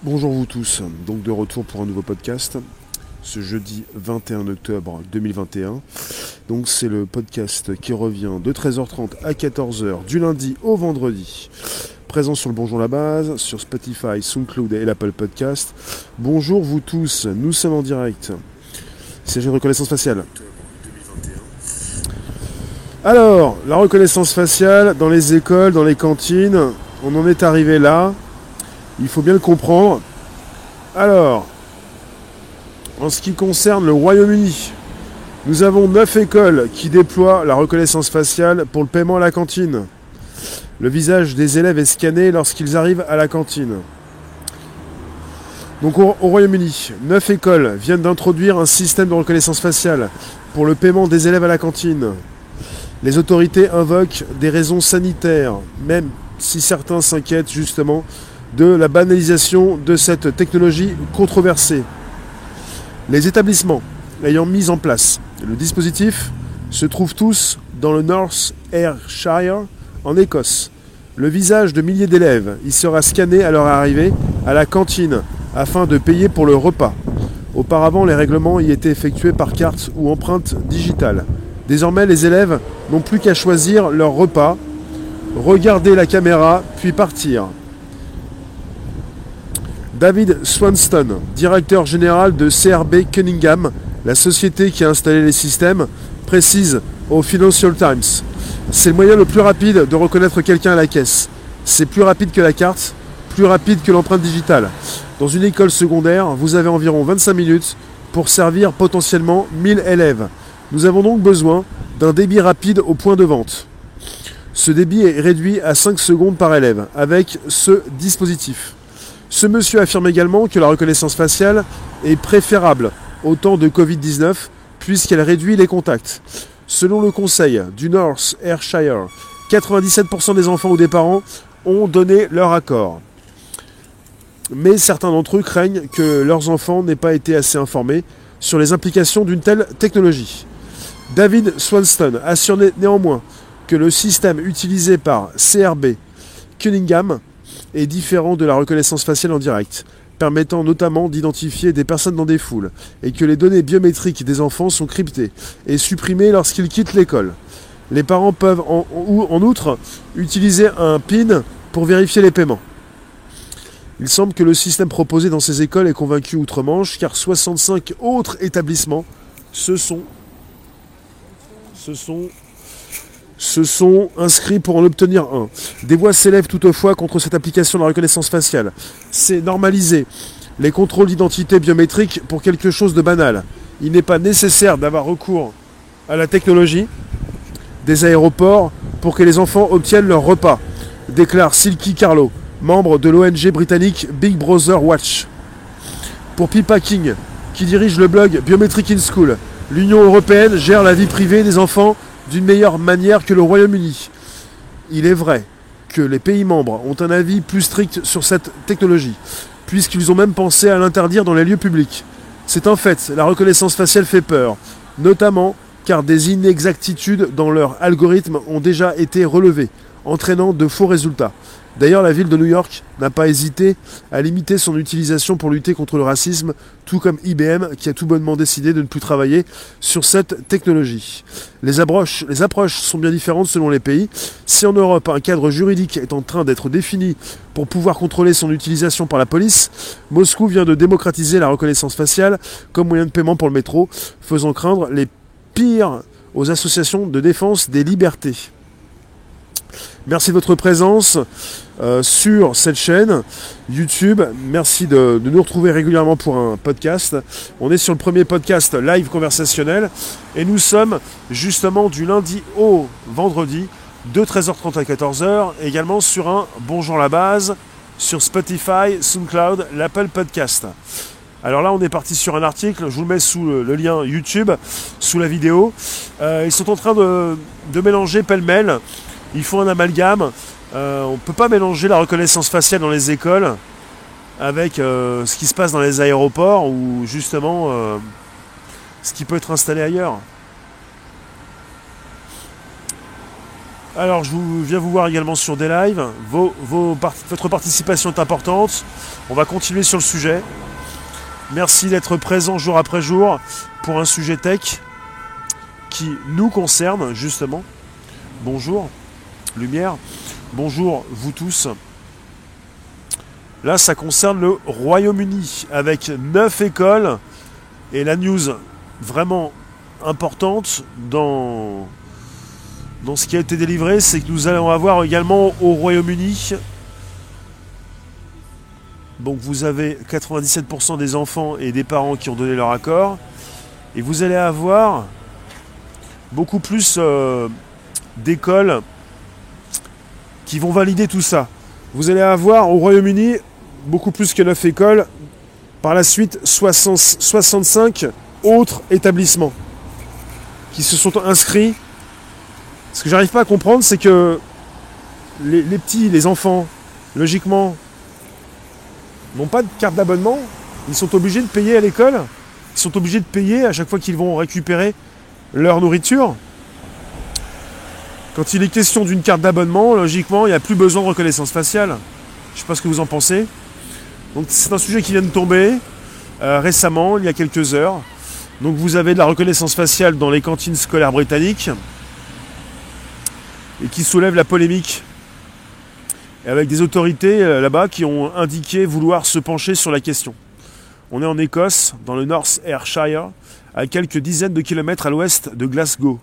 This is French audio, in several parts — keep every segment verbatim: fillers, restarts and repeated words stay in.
Bonjour vous tous, donc de retour pour un nouveau podcast, ce jeudi vingt et un octobre deux mille vingt et un. Donc c'est le podcast qui revient de treize heures trente à quatorze heures du lundi au vendredi. Présent sur le Bonjour la base, sur Spotify, SoundCloud et l'Apple Podcast. Bonjour vous tous, nous sommes en direct. Il s'agit de reconnaissance faciale. Alors, la reconnaissance faciale dans les écoles, dans les cantines, on en est arrivé là. Il faut bien le comprendre. Alors, en ce qui concerne le Royaume-Uni, nous avons neuf écoles qui déploient la reconnaissance faciale pour le paiement à la cantine. Le visage des élèves est scanné lorsqu'ils arrivent à la cantine. Donc au, au Royaume-Uni, neuf écoles viennent d'introduire un système de reconnaissance faciale pour le paiement des élèves à la cantine. Les autorités invoquent des raisons sanitaires, même si certains s'inquiètent justement de la banalisation de cette technologie controversée. Les établissements ayant mis en place le dispositif se trouvent tous dans le North Ayrshire, en Écosse. Le visage de milliers d'élèves y sera scanné à leur arrivée à la cantine afin de payer pour le repas. Auparavant, les règlements y étaient effectués par carte ou empreinte digitale. Désormais, les élèves n'ont plus qu'à choisir leur repas, regarder la caméra, puis partir. David Swanston, directeur général de C R B Cunningham, la société qui a installé les systèmes, précise au Financial Times: c'est le moyen le plus rapide de reconnaître quelqu'un à la caisse. C'est plus rapide que la carte, plus rapide que l'empreinte digitale. Dans une école secondaire, vous avez environ vingt-cinq minutes pour servir potentiellement mille élèves. Nous avons donc besoin d'un débit rapide au point de vente. Ce débit est réduit à cinq secondes par élève avec ce dispositif. Ce monsieur affirme également que la reconnaissance faciale est préférable au temps de covid dix-neuf puisqu'elle réduit les contacts. Selon le conseil du North Ayrshire, quatre-vingt-dix-sept pour cent des enfants ou des parents ont donné leur accord. Mais certains d'entre eux craignent que leurs enfants n'aient pas été assez informés sur les implications d'une telle technologie. David Swanston assure né- néanmoins que le système utilisé par C R B Cunningham est différent de la reconnaissance faciale en direct, permettant notamment d'identifier des personnes dans des foules, et que les données biométriques des enfants sont cryptées et supprimées lorsqu'ils quittent l'école. Les parents peuvent en, en, en outre utiliser un PIN pour vérifier les paiements. Il semble que le système proposé dans ces écoles ait convaincu outre-Manche, car soixante-cinq autres établissements se sont, se sont se sont inscrits pour en obtenir un. Des voix s'élèvent toutefois contre cette application de la reconnaissance faciale. C'est normaliser les contrôles d'identité biométrique pour quelque chose de banal. Il n'est pas nécessaire d'avoir recours à la technologie des aéroports pour que les enfants obtiennent leur repas, déclare Silky Carlo, membre de l'O N G britannique Big Brother Watch. Pour Pippa King, qui dirige le blog Biometric in School, l'Union européenne gère la vie privée des enfants d'une meilleure manière que le Royaume-Uni. Il est vrai que les pays membres ont un avis plus strict sur cette technologie, puisqu'ils ont même pensé à l'interdire dans les lieux publics. C'est un fait, la reconnaissance faciale fait peur, notamment car des inexactitudes dans leur algorithme ont déjà été relevées, entraînant de faux résultats. D'ailleurs, la ville de New York n'a pas hésité à limiter son utilisation pour lutter contre le racisme, tout comme I B M qui a tout bonnement décidé de ne plus travailler sur cette technologie. Les approches, les approches sont bien différentes selon les pays. Si en Europe, un cadre juridique est en train d'être défini pour pouvoir contrôler son utilisation par la police, Moscou vient de démocratiser la reconnaissance faciale comme moyen de paiement pour le métro, faisant craindre les pires aux associations de défense des libertés. Merci de votre présence euh, sur cette chaîne YouTube. Merci de, de nous retrouver régulièrement pour un podcast. On est sur le premier podcast live conversationnel et nous sommes justement du lundi au vendredi de treize heures trente à quatorze heures, également sur un Bonjour la base, sur Spotify, SoundCloud, l'Apple Podcast. Alors là, on est parti sur un article, je vous le mets sous le, le lien YouTube, sous la vidéo. Euh, ils sont en train de, de mélanger pêle-mêle. Ils font un amalgame. Euh, on ne peut pas mélanger la reconnaissance faciale dans les écoles avec euh, ce qui se passe dans les aéroports ou justement euh, ce qui peut être installé ailleurs. Alors, je vous, viens vous voir également sur des lives. Vos, vos, votre participation est importante. On va continuer sur le sujet. Merci d'être présent jour après jour pour un sujet tech qui nous concerne, justement. Bonjour, Lumière. Bonjour, vous tous. Là, ça concerne le Royaume-Uni, avec neuf écoles. Et la news vraiment importante dans... Donc ce qui a été délivré, c'est que nous allons avoir également au Royaume-Uni, donc vous avez quatre-vingt-dix-sept pour cent des enfants et des parents qui ont donné leur accord, et vous allez avoir beaucoup plus euh, d'écoles qui vont valider tout ça. Vous allez avoir au Royaume-Uni beaucoup plus que neuf écoles, par la suite soixante, soixante-cinq autres établissements qui se sont inscrits. Ce que j'arrive pas à comprendre, c'est que les, les petits, les enfants, logiquement, n'ont pas de carte d'abonnement. Ils sont obligés de payer à l'école. Ils sont obligés de payer à chaque fois qu'ils vont récupérer leur nourriture. Quand il est question d'une carte d'abonnement, logiquement, il n'y a plus besoin de reconnaissance faciale. Je ne sais pas ce que vous en pensez. Donc c'est un sujet qui vient de tomber euh, récemment, il y a quelques heures. Donc vous avez de la reconnaissance faciale dans les cantines scolaires britanniques, et qui soulève la polémique, et avec des autorités euh, là-bas qui ont indiqué vouloir se pencher sur la question. On est en Écosse, dans le North Ayrshire, à quelques dizaines de kilomètres à l'ouest de Glasgow.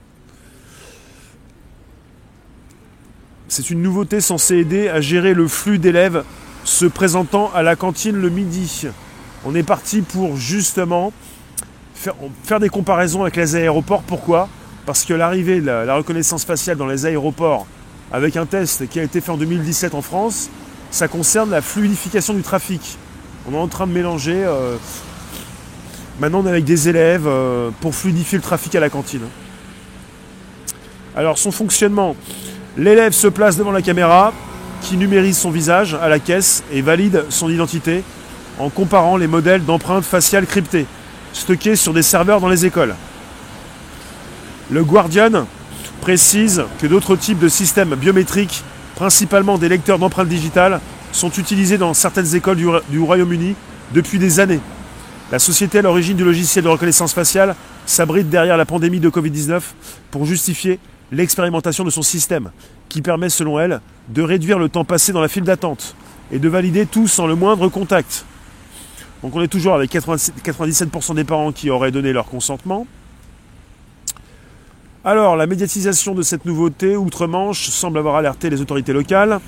C'est une nouveauté censée aider à gérer le flux d'élèves se présentant à la cantine le midi. On est parti pour justement faire, faire des comparaisons avec les aéroports. Pourquoi ? Parce que l'arrivée de la, la reconnaissance faciale dans les aéroports, avec un test qui a été fait en deux mille dix-sept en France, ça concerne la fluidification du trafic. On est en train de mélanger. Euh, maintenant, on est avec des élèves euh, pour fluidifier le trafic à la cantine. Alors, son fonctionnement, l'élève se place devant la caméra, qui numérise son visage à la caisse et valide son identité en comparant les modèles d'empreintes faciales cryptées, stockées sur des serveurs dans les écoles. Le Guardian précise que d'autres types de systèmes biométriques, principalement des lecteurs d'empreintes digitales, sont utilisés dans certaines écoles du, du Royaume-Uni depuis des années. La société à l'origine du logiciel de reconnaissance faciale s'abrite derrière la pandémie de covid dix-neuf pour justifier l'expérimentation de son système, qui permet selon elle de réduire le temps passé dans la file d'attente et de valider tout sans le moindre contact. Donc on est toujours avec quatre-vingt-dix-sept pour cent des parents qui auraient donné leur consentement. Alors, la médiatisation de cette nouveauté outre-Manche semble avoir alerté les autorités locales.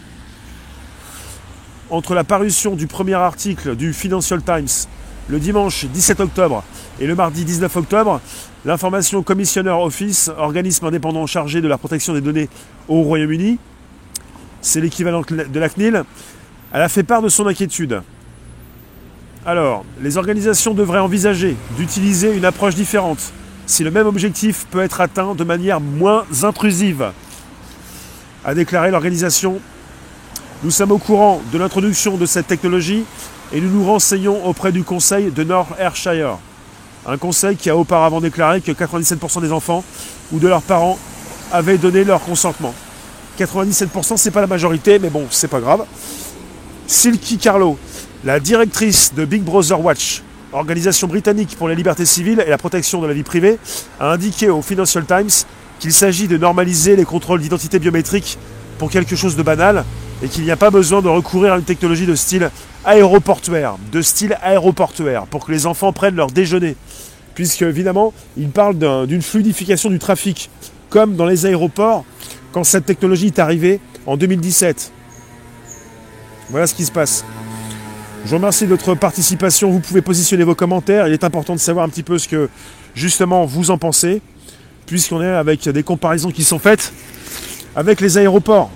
Entre la parution du premier article du Financial Times le dimanche dix-sept octobre et le mardi dix-neuf octobre, l'Information Commissioner Office, organisme indépendant chargé de la protection des données au Royaume-Uni, c'est l'équivalent de la C N I L, elle a fait part de son inquiétude. Alors, les organisations devraient envisager d'utiliser une approche différente si le même objectif peut être atteint de manière moins intrusive, a déclaré l'organisation. Nous sommes au courant de l'introduction de cette technologie et nous nous renseignons auprès du conseil de North Ayrshire. Un conseil qui a auparavant déclaré que quatre-vingt-dix-sept pour cent des enfants ou de leurs parents avaient donné leur consentement. quatre-vingt-dix-sept pour cent, c'est pas la majorité, mais bon, c'est pas grave. Silky Carlo, la directrice de Big Brother Watch, organisation britannique pour les libertés civiles et la protection de la vie privée, a indiqué au Financial Times qu'il s'agit de normaliser les contrôles d'identité biométrique pour quelque chose de banal et qu'il n'y a pas besoin de recourir à une technologie de style aéroportuaire, de style aéroportuaire pour que les enfants prennent leur déjeuner. Puisque évidemment, il parle d'un, d'une fluidification du trafic, comme dans les aéroports quand cette technologie est arrivée en deux mille dix-sept. Voilà ce qui se passe. Je vous remercie de votre participation. Vous pouvez positionner vos commentaires. Il est important de savoir un petit peu ce que, justement, vous en pensez, puisqu'on est avec des comparaisons qui sont faites avec les aéroports.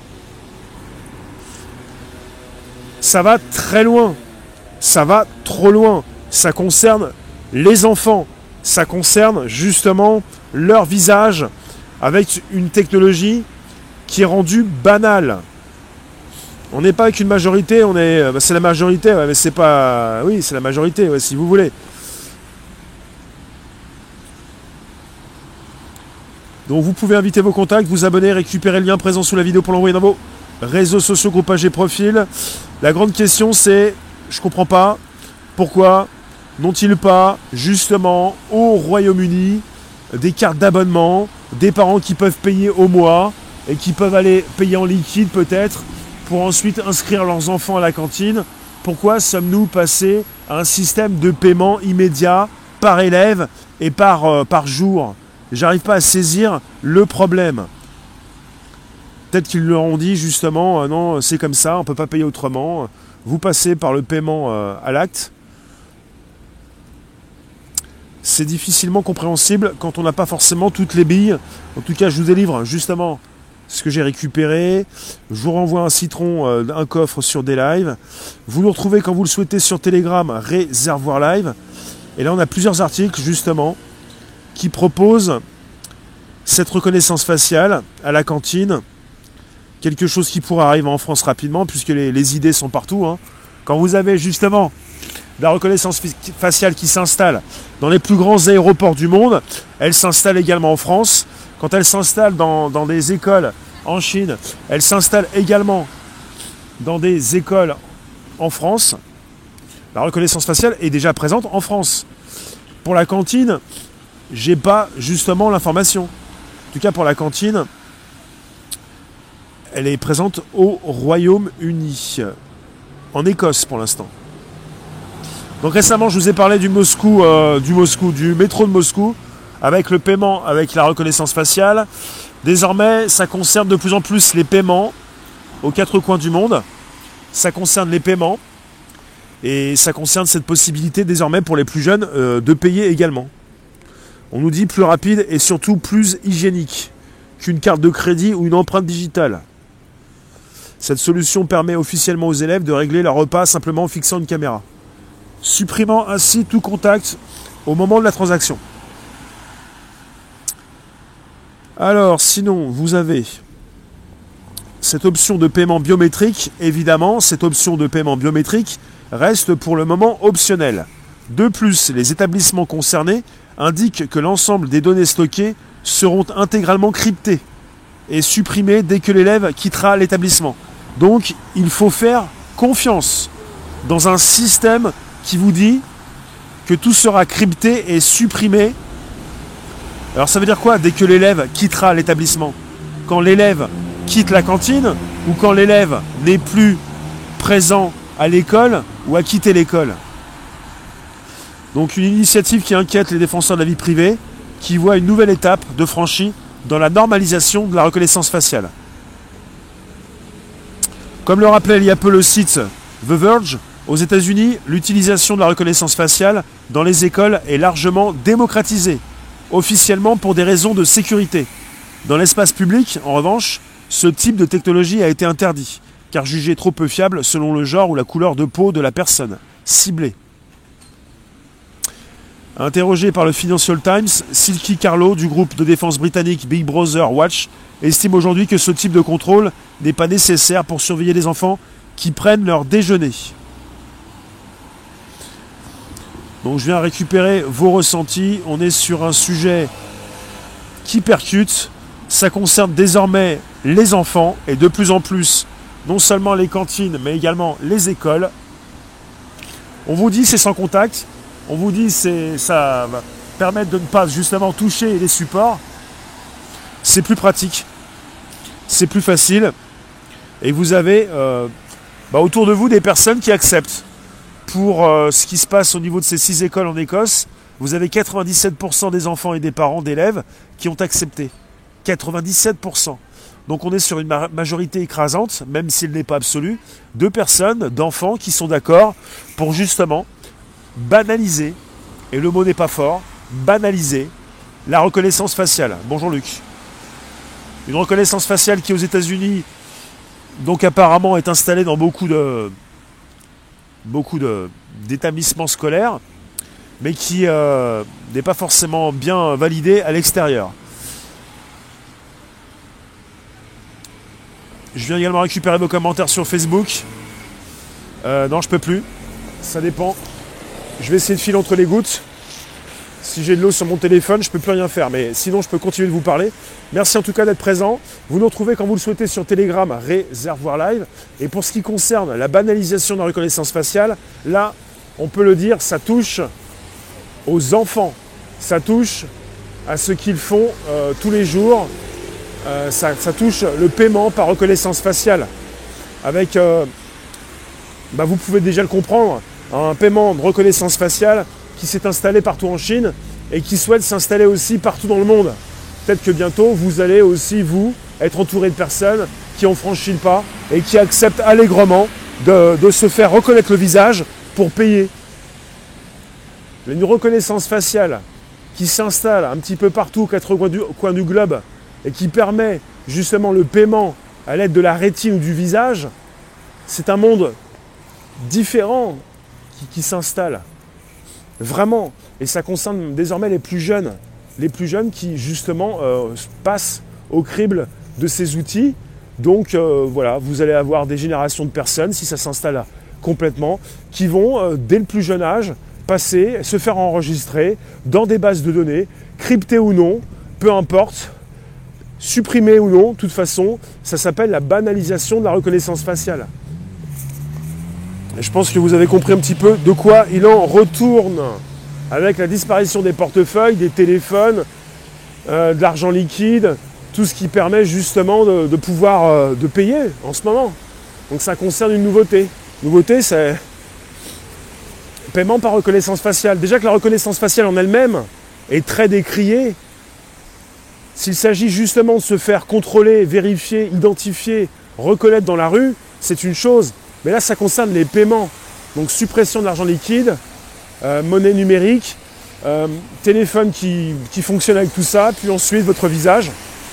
Ça va très loin. Ça va trop loin. Ça concerne les enfants. Ça concerne, justement, leur visage avec une technologie qui est rendue banale. On n'est pas avec une majorité, on est, bah c'est la majorité, ouais, mais c'est pas... Oui, c'est la majorité, ouais, si vous voulez. Donc vous pouvez inviter vos contacts, vous abonner, récupérer le lien présent sous la vidéo pour l'envoyer dans vos réseaux sociaux, groupages et profils. La grande question c'est, je comprends pas, pourquoi n'ont-ils pas justement au Royaume-Uni des cartes d'abonnement, des parents qui peuvent payer au mois et qui peuvent aller payer en liquide peut-être pour ensuite inscrire leurs enfants à la cantine. Pourquoi sommes-nous passés à un système de paiement immédiat par élève et par, euh, par jour? J'arrive pas à saisir le problème. Peut-être qu'ils leur ont dit justement, euh, non, c'est comme ça, on ne peut pas payer autrement. Vous passez par le paiement euh, à l'acte. C'est difficilement compréhensible quand on n'a pas forcément toutes les billes. En tout cas, je vous délivre justement ce que j'ai récupéré. Je vous renvoie un citron, euh, un coffre sur des lives. Vous nous retrouvez quand vous le souhaitez sur Telegram, Réservoir Live. Et là, on a plusieurs articles justement qui proposent cette reconnaissance faciale à la cantine. Quelque chose qui pourrait arriver en France rapidement puisque les, les idées sont partout. Hein. Quand vous avez justement la reconnaissance faciale qui s'installe dans les plus grands aéroports du monde, elle s'installe également en France. Quand elle s'installe dans, dans des écoles en Chine, elle s'installe également dans des écoles en France. La reconnaissance faciale est déjà présente en France. Pour la cantine, j'ai pas justement l'information. En tout cas pour la cantine, elle est présente au Royaume-Uni, en Écosse pour l'instant. Donc récemment, je vous ai parlé du Moscou, euh, du Moscou, du métro de Moscou, avec le paiement, avec la reconnaissance faciale. Désormais, ça concerne de plus en plus les paiements aux quatre coins du monde. Ça concerne les paiements et ça concerne cette possibilité désormais pour les plus jeunes euh, de payer également. On nous dit plus rapide et surtout plus hygiénique qu'une carte de crédit ou une empreinte digitale. Cette solution permet officiellement aux élèves de régler leur repas simplement en fixant une caméra, supprimant ainsi tout contact au moment de la transaction. Alors, sinon, vous avez cette option de paiement biométrique. Évidemment, cette option de paiement biométrique reste pour le moment optionnelle. De plus, les établissements concernés indiquent que l'ensemble des données stockées seront intégralement cryptées et supprimées dès que l'élève quittera l'établissement. Donc, il faut faire confiance dans un système qui vous dit que tout sera crypté et supprimé. Alors ça veut dire quoi dès que l'élève quittera l'établissement? Quand l'élève quitte la cantine ou quand l'élève n'est plus présent à l'école ou a quitté l'école? Donc une initiative qui inquiète les défenseurs de la vie privée, qui voit une nouvelle étape de franchie dans la normalisation de la reconnaissance faciale. Comme le rappelait il y a peu le site The Verge, aux États-Unis, l'utilisation de la reconnaissance faciale dans les écoles est largement démocratisée, officiellement pour des raisons de sécurité. Dans l'espace public, en revanche, ce type de technologie a été interdit, car jugé trop peu fiable selon le genre ou la couleur de peau de la personne ciblée. Interrogé par le Financial Times, Silky Carlo du groupe de défense britannique Big Brother Watch estime aujourd'hui que ce type de contrôle n'est pas nécessaire pour surveiller les enfants qui prennent leur déjeuner. Donc je viens récupérer vos ressentis. On est sur un sujet qui percute. Ça concerne désormais les enfants et de plus en plus, non seulement les cantines, mais également les écoles. On vous dit c'est sans contact. On vous dit c'est ça va permettre de ne pas justement toucher les supports. C'est plus pratique. C'est plus facile. Et vous avez euh, bah, autour de vous des personnes qui acceptent. Pour euh, ce qui se passe au niveau de ces six écoles en Écosse, vous avez quatre-vingt-dix-sept pour cent des enfants et des parents d'élèves qui ont accepté. quatre-vingt-dix-sept pour cent. Donc on est sur une ma- majorité écrasante, même s'il n'est pas absolu, de personnes, d'enfants qui sont d'accord pour justement banaliser, et le mot n'est pas fort, banaliser la reconnaissance faciale. Bonjour Luc. Une reconnaissance faciale qui aux États-Unis, donc apparemment est installée dans beaucoup de... beaucoup de, d'établissements scolaires, mais qui euh, n'est pas forcément bien validé à l'extérieur. Je viens également récupérer vos commentaires sur Facebook. Euh, non, je peux plus. Ça dépend. Je vais essayer de filer entre les gouttes. Si j'ai de l'eau sur mon téléphone, je ne peux plus rien faire. Mais sinon, je peux continuer de vous parler. Merci en tout cas d'être présent. Vous nous retrouvez quand vous le souhaitez sur Telegram, Réservoir Live. Et pour ce qui concerne la banalisation de la reconnaissance faciale, là, on peut le dire, ça touche aux enfants. Ça touche à ce qu'ils font euh, tous les jours. Euh, ça, ça touche le paiement par reconnaissance faciale. Avec, euh, bah vous pouvez déjà le comprendre, un paiement de reconnaissance faciale qui s'est installé partout en Chine et qui souhaite s'installer aussi partout dans le monde. Peut-être que bientôt, vous allez aussi, vous, être entouré de personnes qui ont franchi le pas et qui acceptent allègrement de, de se faire reconnaître le visage pour payer. Une reconnaissance faciale qui s'installe un petit peu partout aux quatre coins du, coins du globe et qui permet justement le paiement à l'aide de la rétine ou du visage, c'est un monde différent qui, qui s'installe. Vraiment. Et ça concerne désormais les plus jeunes. Les plus jeunes qui, justement, euh, passent au crible de ces outils. Donc, euh, voilà, vous allez avoir des générations de personnes, si ça s'installe complètement, qui vont, euh, dès le plus jeune âge, passer, se faire enregistrer dans des bases de données, cryptées ou non, peu importe, supprimées ou non, de toute façon, ça s'appelle la banalisation de la reconnaissance faciale. Et je pense que vous avez compris un petit peu de quoi il en retourne avec la disparition des portefeuilles, des téléphones, euh, de l'argent liquide, tout ce qui permet justement de, de pouvoir euh, de payer en ce moment. Donc ça concerne une nouveauté. Nouveauté, c'est paiement par reconnaissance faciale. Déjà que la reconnaissance faciale en elle-même est très décriée, s'il s'agit justement de se faire contrôler, vérifier, identifier, reconnaître dans la rue, c'est une chose. Mais là, ça concerne les paiements. Donc suppression de l'argent liquide, euh, monnaie numérique, euh, téléphone qui, qui fonctionne avec tout ça, puis ensuite votre visage.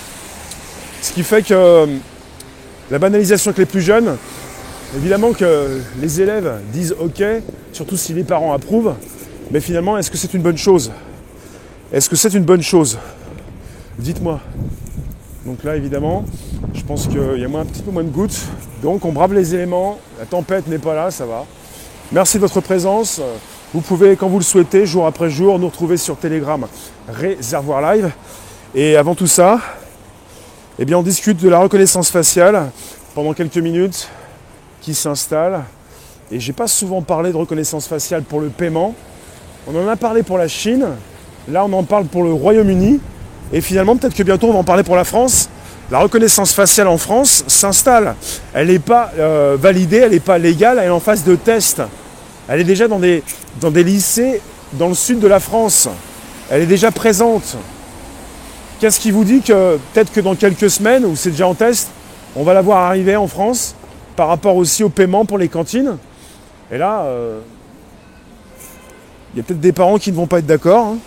Ce qui fait que euh, la banalisation avec les plus jeunes, évidemment que les élèves disent OK, surtout si les parents approuvent, mais finalement, est-ce que c'est une bonne chose? Est-ce que c'est une bonne chose? Dites-moi. Donc là, évidemment, je pense qu'il y a un petit peu moins de gouttes. Donc, on brave les éléments. La tempête n'est pas là, ça va. Merci de votre présence. Vous pouvez, quand vous le souhaitez, jour après jour, nous retrouver sur Telegram, Réservoir Live. Et avant tout ça, eh bien, on discute de la reconnaissance faciale pendant quelques minutes qui s'installe. Et j'ai pas souvent parlé de reconnaissance faciale pour le paiement. On en a parlé pour la Chine. Là, on en parle pour le Royaume-Uni. Et finalement, peut-être que bientôt, on va en parler pour la France. La reconnaissance faciale en France s'installe. Elle n'est pas euh, validée, elle n'est pas légale, elle est en phase de test. Elle est déjà dans des, dans des lycées dans le sud de la France. Elle est déjà présente. Qu'est-ce qui vous dit que peut-être que dans quelques semaines, ou c'est déjà en test, on va la voir arriver en France par rapport aussi au paiement pour les cantines? Et là, euh, il y a peut-être des parents qui ne vont pas être d'accord. Hein.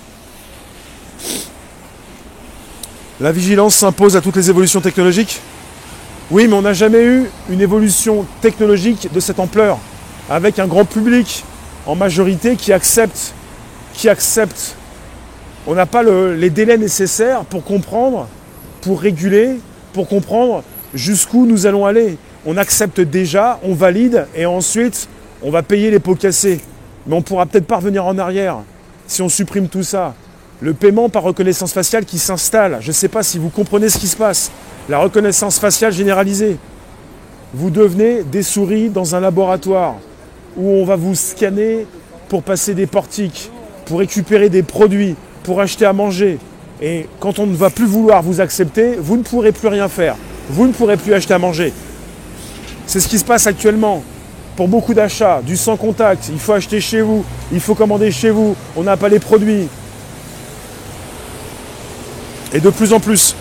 La vigilance s'impose à toutes les évolutions technologiques. Oui, mais on n'a jamais eu une évolution technologique de cette ampleur, avec un grand public en majorité qui accepte, qui accepte. On n'a pas le, les délais nécessaires pour comprendre, pour réguler, pour comprendre jusqu'où nous allons aller. On accepte déjà, on valide et ensuite on va payer les pots cassés. Mais on ne pourra peut-être pas revenir en arrière si on supprime tout ça. Le paiement par reconnaissance faciale qui s'installe. Je ne sais pas si vous comprenez ce qui se passe. La reconnaissance faciale généralisée. Vous devenez des souris dans un laboratoire où on va vous scanner pour passer des portiques, pour récupérer des produits, pour acheter à manger. Et quand on ne va plus vouloir vous accepter, vous ne pourrez plus rien faire. Vous ne pourrez plus acheter à manger. C'est ce qui se passe actuellement. Pour beaucoup d'achats, du sans contact, il faut acheter chez vous, il faut commander chez vous, on n'a pas les produits. Et de plus en plus.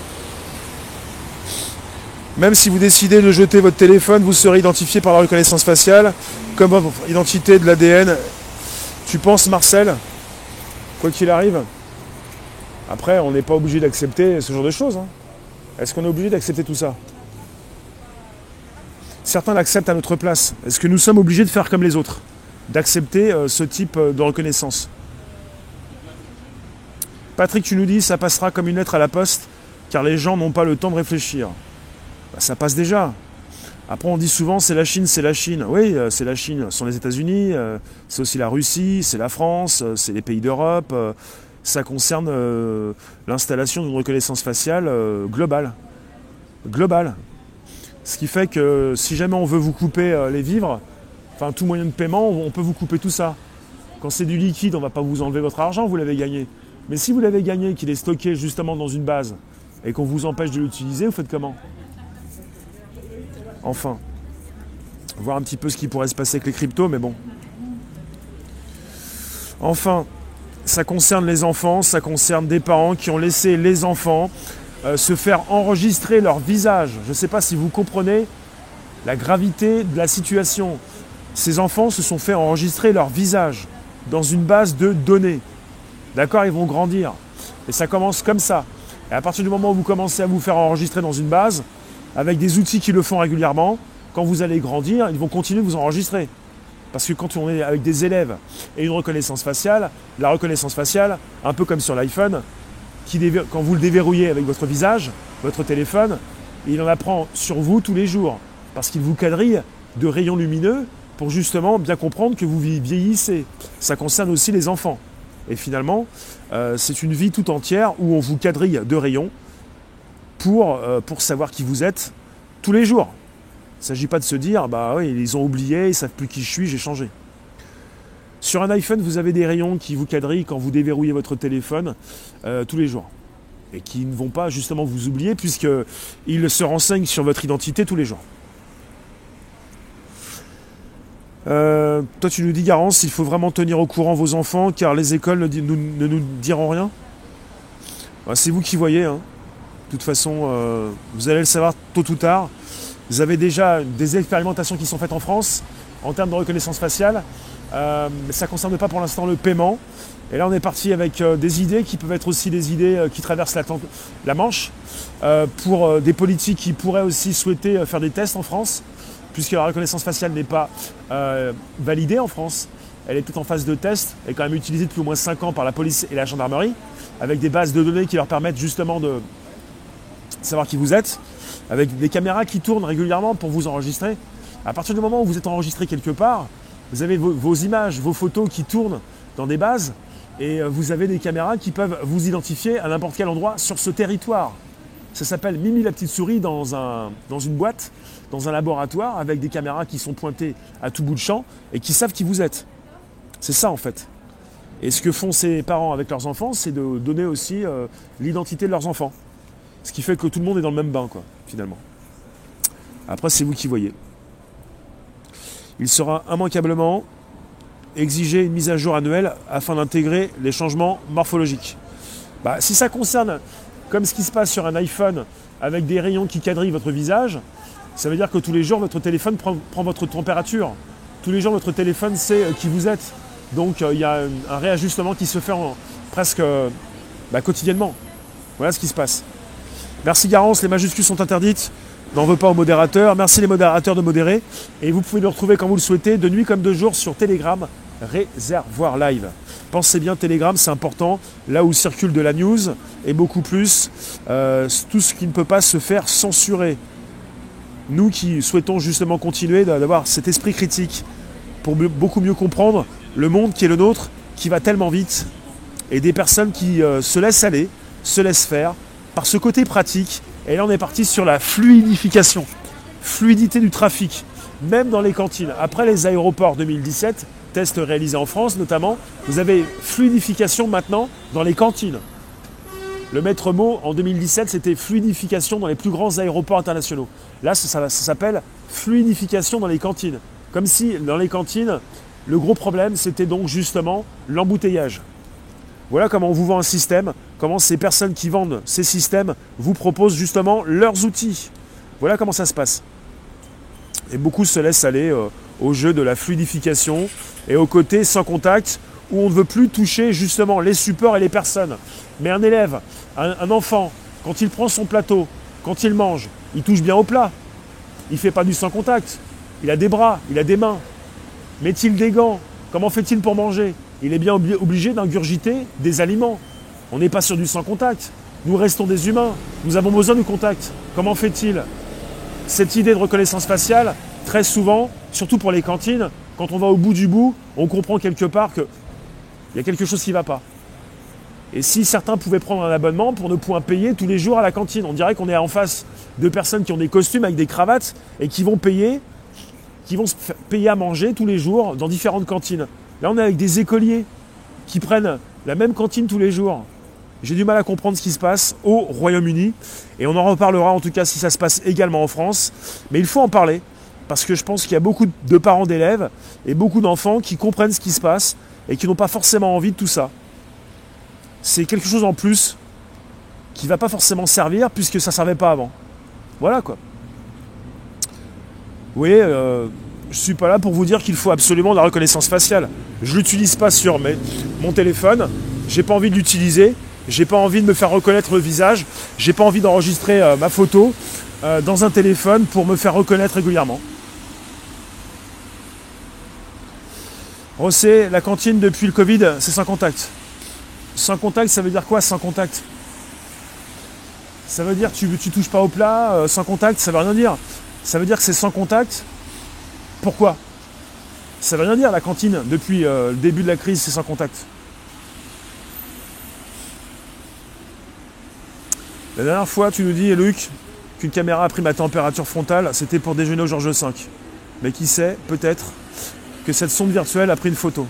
Même si vous décidez de jeter votre téléphone, vous serez identifié par la reconnaissance faciale, comme votre identité de l'A D N. Tu penses, Marcel, quoi qu'il arrive? Après, on n'est pas obligé d'accepter ce genre de choses. Hein. Est-ce qu'on est obligé d'accepter tout ça? Certains l'acceptent à notre place. Est-ce que nous sommes obligés de faire comme les autres? D'accepter euh, ce type de reconnaissance? Patrick, tu nous dis, ça passera comme une lettre à la poste, car les gens n'ont pas le temps de réfléchir. Ben, ça passe déjà. Après, on dit souvent c'est la Chine, c'est la Chine. Oui, euh, c'est la Chine. Ce sont les États-Unis, euh, c'est aussi la Russie, c'est la France, euh, c'est les pays d'Europe. Euh, ça concerne euh, l'installation d'une reconnaissance faciale euh, globale. Globale. Ce qui fait que si jamais on veut vous couper euh, les vivres, enfin tout moyen de paiement, on peut vous couper tout ça. Quand c'est du liquide, on ne va pas vous enlever votre argent, vous l'avez gagné. Mais si vous l'avez gagné, qu'il est stocké justement dans une base et qu'on vous empêche de l'utiliser, vous faites comment? Enfin, voir un petit peu ce qui pourrait se passer avec les cryptos, mais bon. Enfin, ça concerne les enfants, ça concerne des parents qui ont laissé les enfants euh, se faire enregistrer leur visage. Je ne sais pas si vous comprenez la gravité de la situation. Ces enfants se sont fait enregistrer leur visage dans une base de données. D'accord, ils vont grandir. Et ça commence comme ça. Et à partir du moment où vous commencez à vous faire enregistrer dans une base, avec des outils qui le font régulièrement, quand vous allez grandir, ils vont continuer de vous enregistrer. Parce que quand on est avec des élèves et une reconnaissance faciale, la reconnaissance faciale, un peu comme sur l'iPhone, qui déver... quand vous le déverrouillez avec votre visage, votre téléphone, il en apprend sur vous tous les jours. Parce qu'il vous quadrille de rayons lumineux pour justement bien comprendre que vous vieillissez. Ça concerne aussi les enfants. Et finalement, euh, c'est une vie tout entière où on vous quadrille de rayons pour, euh, pour savoir qui vous êtes tous les jours. Il ne s'agit pas de se dire, bah oui, ils ont oublié, ils ne savent plus qui je suis, j'ai changé. Sur un iPhone, vous avez des rayons qui vous quadrillent quand vous déverrouillez votre téléphone euh, tous les jours. Et qui ne vont pas justement vous oublier puisqu'ils se renseignent sur votre identité tous les jours. Euh, toi tu nous dis Garance, il faut vraiment tenir au courant vos enfants car les écoles ne, nous, ne nous diront rien. Bah, c'est vous qui voyez. Hein. De toute façon, euh, vous allez le savoir tôt ou tard. Vous avez déjà des expérimentations qui sont faites en France en termes de reconnaissance faciale. Euh, mais ça ne concerne pas pour l'instant le paiement. Et là on est parti avec euh, des idées qui peuvent être aussi des idées euh, qui traversent la, la Manche euh, pour euh, des politiques qui pourraient aussi souhaiter euh, faire des tests en France. Puisque la reconnaissance faciale n'est pas euh, validée en France, elle est toute en phase de test, elle est quand même utilisée depuis au moins cinq ans par la police et la gendarmerie, avec des bases de données qui leur permettent justement de savoir qui vous êtes, avec des caméras qui tournent régulièrement pour vous enregistrer. À partir du moment où vous êtes enregistré quelque part, vous avez vos, vos images, vos photos qui tournent dans des bases, et vous avez des caméras qui peuvent vous identifier à n'importe quel endroit sur ce territoire. Ça s'appelle Mimi la petite souris dans, un, dans une boîte, dans un laboratoire, avec des caméras qui sont pointées à tout bout de champ et qui savent qui vous êtes. C'est ça en fait. Et ce que font ces parents avec leurs enfants, c'est de donner aussi euh, l'identité de leurs enfants. Ce qui fait que tout le monde est dans le même bain, quoi, finalement. Après, c'est vous qui voyez. Il sera immanquablement exigé une mise à jour annuelle afin d'intégrer les changements morphologiques. Bah, si ça concerne, comme ce qui se passe sur un iPhone, avec des rayons qui quadrillent votre visage, ça veut dire que tous les jours, votre téléphone prend, prend votre température. Tous les jours, votre téléphone sait qui vous êtes. Donc, il euh, y a un, un réajustement qui se fait en, presque euh, bah, quotidiennement. Voilà ce qui se passe. Merci Garance, les majuscules sont interdites. N'en veux pas aux modérateurs. Merci les modérateurs de modérer. Et vous pouvez nous retrouver quand vous le souhaitez, de nuit comme de jour, sur Telegram, Réservoir Live. Pensez bien, Telegram, c'est important. Là où circule de la news, et beaucoup plus, euh, tout ce qui ne peut pas se faire censurer. Nous qui souhaitons justement continuer d'avoir cet esprit critique pour mieux, beaucoup mieux comprendre le monde qui est le nôtre, qui va tellement vite, et des personnes qui euh, se laissent aller, se laissent faire, par ce côté pratique. Et là, on est parti sur la fluidification, fluidité du trafic, même dans les cantines. Après les aéroports deux mille dix-sept, test réalisé en France notamment, vous avez fluidification maintenant dans les cantines. Le maître mot en deux mille dix-sept, c'était fluidification dans les plus grands aéroports internationaux. Là, ça, ça, ça s'appelle fluidification dans les cantines. Comme si, dans les cantines, le gros problème, c'était donc justement l'embouteillage. Voilà comment on vous vend un système, comment ces personnes qui vendent ces systèmes vous proposent justement leurs outils. Voilà comment ça se passe. Et beaucoup se laissent aller euh, au jeu de la fluidification et au côté sans contact, où on ne veut plus toucher justement les supports et les personnes. Mais un élève, un, un enfant, quand il prend son plateau, quand il mange, il touche bien au plat. Il ne fait pas du sans contact. Il a des bras, il a des mains. Met-il des gants? Comment fait-il pour manger? Il est bien obli- obligé d'ingurgiter des aliments. On n'est pas sur du sans contact. Nous restons des humains. Nous avons besoin du contact. Comment fait-il? cette idée de reconnaissance faciale, très souvent, surtout pour les cantines, quand on va au bout du bout, on comprend quelque part qu'il y a quelque chose qui ne va pas. Et si certains pouvaient prendre un abonnement pour ne point payer tous les jours à la cantine, on dirait qu'on est en face de personnes qui ont des costumes avec des cravates et qui vont payer, qui vont se payer à manger tous les jours dans différentes cantines. Là, on est avec des écoliers qui prennent la même cantine tous les jours. J'ai du mal à comprendre ce qui se passe au Royaume-Uni et on en reparlera en tout cas si ça se passe également en France. Mais il faut en parler parce que je pense qu'il y a beaucoup de parents d'élèves et beaucoup d'enfants qui comprennent ce qui se passe et qui n'ont pas forcément envie de tout ça. C'est quelque chose en plus qui ne va pas forcément servir puisque ça ne servait pas avant. Voilà quoi. Vous voyez, euh, je ne suis pas là pour vous dire qu'il faut absolument la reconnaissance faciale. Je ne l'utilise pas sur mes, mon téléphone, j'ai pas envie de l'utiliser, j'ai pas envie de me faire reconnaître le visage, j'ai pas envie d'enregistrer euh, ma photo euh, dans un téléphone pour me faire reconnaître régulièrement. Rossé, la cantine depuis le Covid, c'est sans contact. Sans contact, ça veut dire quoi sans contact? Ça veut dire que tu ne touches pas au plat, euh, sans contact, ça veut rien dire. Ça veut dire que c'est sans contact. Pourquoi? Ça veut rien dire, la cantine, depuis euh, le début de la crise, c'est sans contact. La dernière fois, tu nous dis, Luc, qu'une caméra a pris ma température frontale, c'était pour déjeuner au Georges cinq. Mais qui sait, peut-être, que cette sonde virtuelle a pris une photo.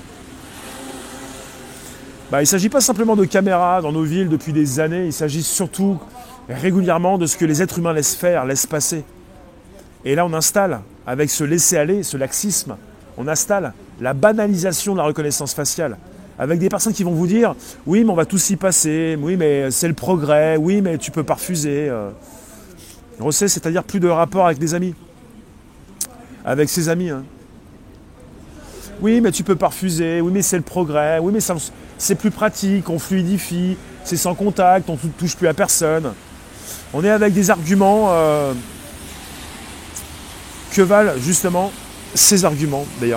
Bah, il ne s'agit pas simplement de caméras dans nos villes depuis des années, il s'agit surtout régulièrement de ce que les êtres humains laissent faire, laissent passer. Et là, on installe, avec ce laisser-aller, ce laxisme, on installe la banalisation de la reconnaissance faciale. Avec des personnes qui vont vous dire « Oui, mais on va tous y passer, oui, mais c'est le progrès, oui, mais tu peux pas refuser. » Rosset, c'est-à-dire plus de rapport avec des amis. Avec ses amis. Hein. Oui, mais tu peux pas refuser, oui, mais c'est le progrès, oui, mais ça, c'est plus pratique, on fluidifie, c'est sans contact, on ne touche plus à personne. On est avec des arguments... Euh, que valent justement ces arguments d'ailleurs?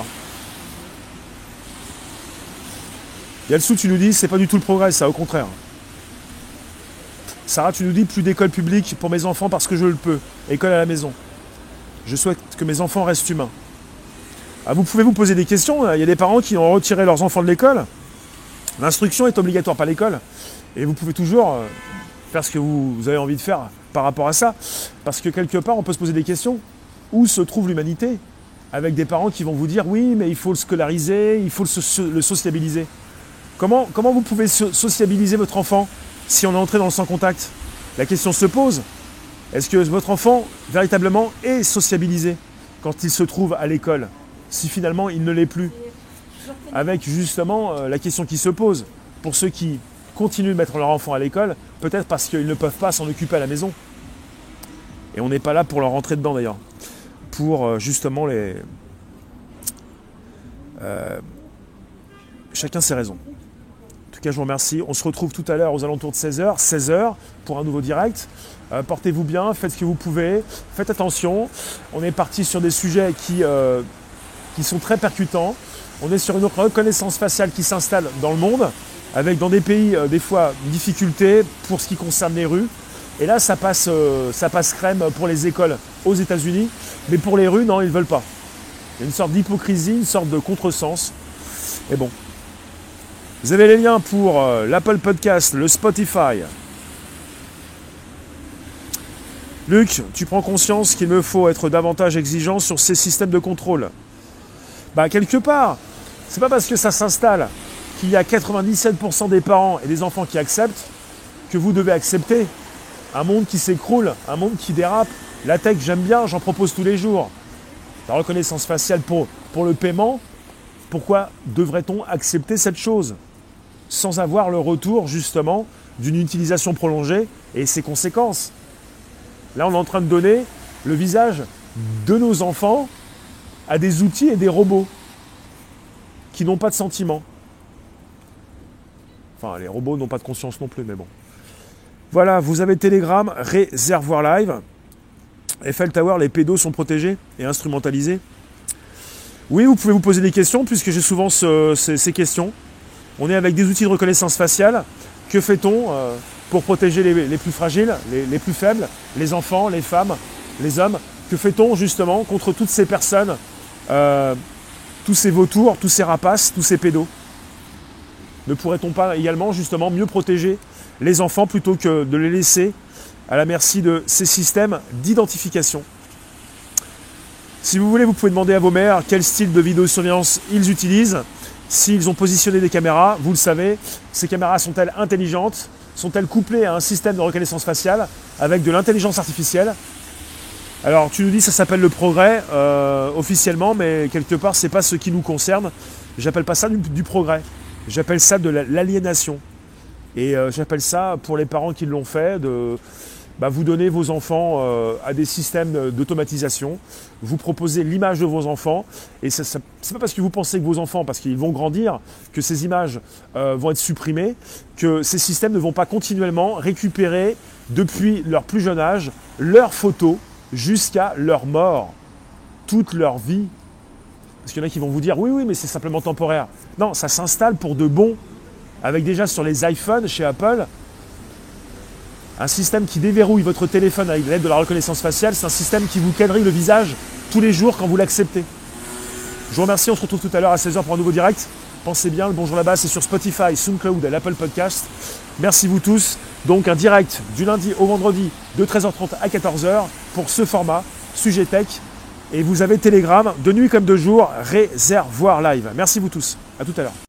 Yalsou, tu nous dis, c'est pas du tout le progrès, ça, au contraire. Sarah, tu nous dis, plus d'école publique pour mes enfants parce que je le peux. École à la maison. Je souhaite que mes enfants restent humains. Ah, vous pouvez vous poser des questions. Il y a des parents qui ont retiré leurs enfants de l'école. L'instruction est obligatoire par l'école. Et vous pouvez toujours faire ce que vous avez envie de faire par rapport à ça. Parce que quelque part, on peut se poser des questions. Où se trouve l'humanité? Avec des parents qui vont vous dire, oui, mais il faut le scolariser, il faut le, le sociabiliser. Comment, comment vous pouvez so- sociabiliser votre enfant si on est entré dans le sans contact? La question se pose. Est-ce que votre enfant, véritablement, est sociabilisé quand il se trouve à l'école, si finalement il ne l'est plus? Avec justement euh, la question qui se pose, pour ceux qui continuent de mettre leur enfant à l'école, peut-être parce qu'ils ne peuvent pas s'en occuper à la maison. Et on n'est pas là pour leur rentrer dedans d'ailleurs. Pour euh, justement les... Euh, chacun ses raisons. En tout cas, je vous remercie. On se retrouve tout à l'heure aux alentours de seize heures, seize heures, pour un nouveau direct. Euh, portez-vous bien, faites ce que vous pouvez, faites attention. On est parti sur des sujets qui, euh, qui sont très percutants. On est sur une reconnaissance faciale qui s'installe dans le monde, avec dans des pays, euh, des fois, une difficulté pour ce qui concerne les rues. Et là, ça passe, euh, ça passe crème pour les écoles aux États-Unis, mais pour les rues, non, ils ne veulent pas. Il y a une sorte d'hypocrisie, une sorte de contresens. Et bon. Vous avez les liens pour euh, l'Apple Podcast, le Spotify. Luc, tu prends conscience qu'il me faut être davantage exigeant sur ces systèmes de contrôle. Bah, quelque part, c'est pas parce que ça s'installe qu'il y a quatre-vingt-dix-sept pour cent des parents et des enfants qui acceptent que vous devez accepter. Un monde qui s'écroule, un monde qui dérape. La tech, j'aime bien, j'en propose tous les jours. La reconnaissance faciale pour, pour le paiement, pourquoi devrait-on accepter cette chose sans avoir le retour, justement, d'une utilisation prolongée et ses conséquences? Là, on est en train de donner le visage de nos enfants à des outils et des robots qui n'ont pas de sentiments. Enfin, les robots n'ont pas de conscience non plus, mais bon. Voilà, vous avez Telegram, Réservoir Live. Eiffel Tower, les pédos sont protégés et instrumentalisés. Oui, vous pouvez vous poser des questions, puisque j'ai souvent ce, ces, ces questions. On est avec des outils de reconnaissance faciale. Que fait-on euh, pour protéger les, les plus fragiles, les, les plus faibles, les enfants, les femmes, les hommes? Que fait-on justement contre toutes ces personnes, euh, tous ces vautours, tous ces rapaces, tous ces pédos? Ne pourrait-on pas également justement mieux protéger les enfants plutôt que de les laisser à la merci de ces systèmes d'identification? Si vous voulez, vous pouvez demander à vos mères quel style de vidéosurveillance ils utilisent. S'ils ont positionné des caméras, vous le savez, ces caméras sont-elles intelligentes? Sont-elles couplées à un système de reconnaissance faciale avec de l'intelligence artificielle? Alors tu nous dis ça s'appelle le progrès euh, officiellement, mais quelque part c'est pas ce qui nous concerne. J'appelle pas ça du, du progrès, j'appelle ça de l'aliénation. Et euh, j'appelle ça, pour les parents qui l'ont fait, de bah, vous donner vos enfants euh, à des systèmes d'automatisation, vous proposez l'image de vos enfants, et ce n'est pas parce que vous pensez que vos enfants, parce qu'ils vont grandir, que ces images euh, vont être supprimées, que ces systèmes ne vont pas continuellement récupérer, depuis leur plus jeune âge, leurs photos, jusqu'à leur mort, toute leur vie. Parce qu'il y en a qui vont vous dire, oui, oui, mais c'est simplement temporaire. Non, ça s'installe pour de bon, avec déjà sur les iPhones, chez Apple, un système qui déverrouille votre téléphone avec l'aide de la reconnaissance faciale, c'est un système qui vous quadrille le visage tous les jours quand vous l'acceptez. Je vous remercie, on se retrouve tout à l'heure à seize heures pour un nouveau direct. Pensez bien, le Bonjour là-bas, c'est sur Spotify, SoundCloud et l'Apple Podcast. Merci vous tous. Donc un direct du lundi au vendredi de treize heures trente à quatorze heures pour ce format, sujet tech. Et vous avez Telegram, de nuit comme de jour, réservoir live. Merci vous tous. À tout à l'heure.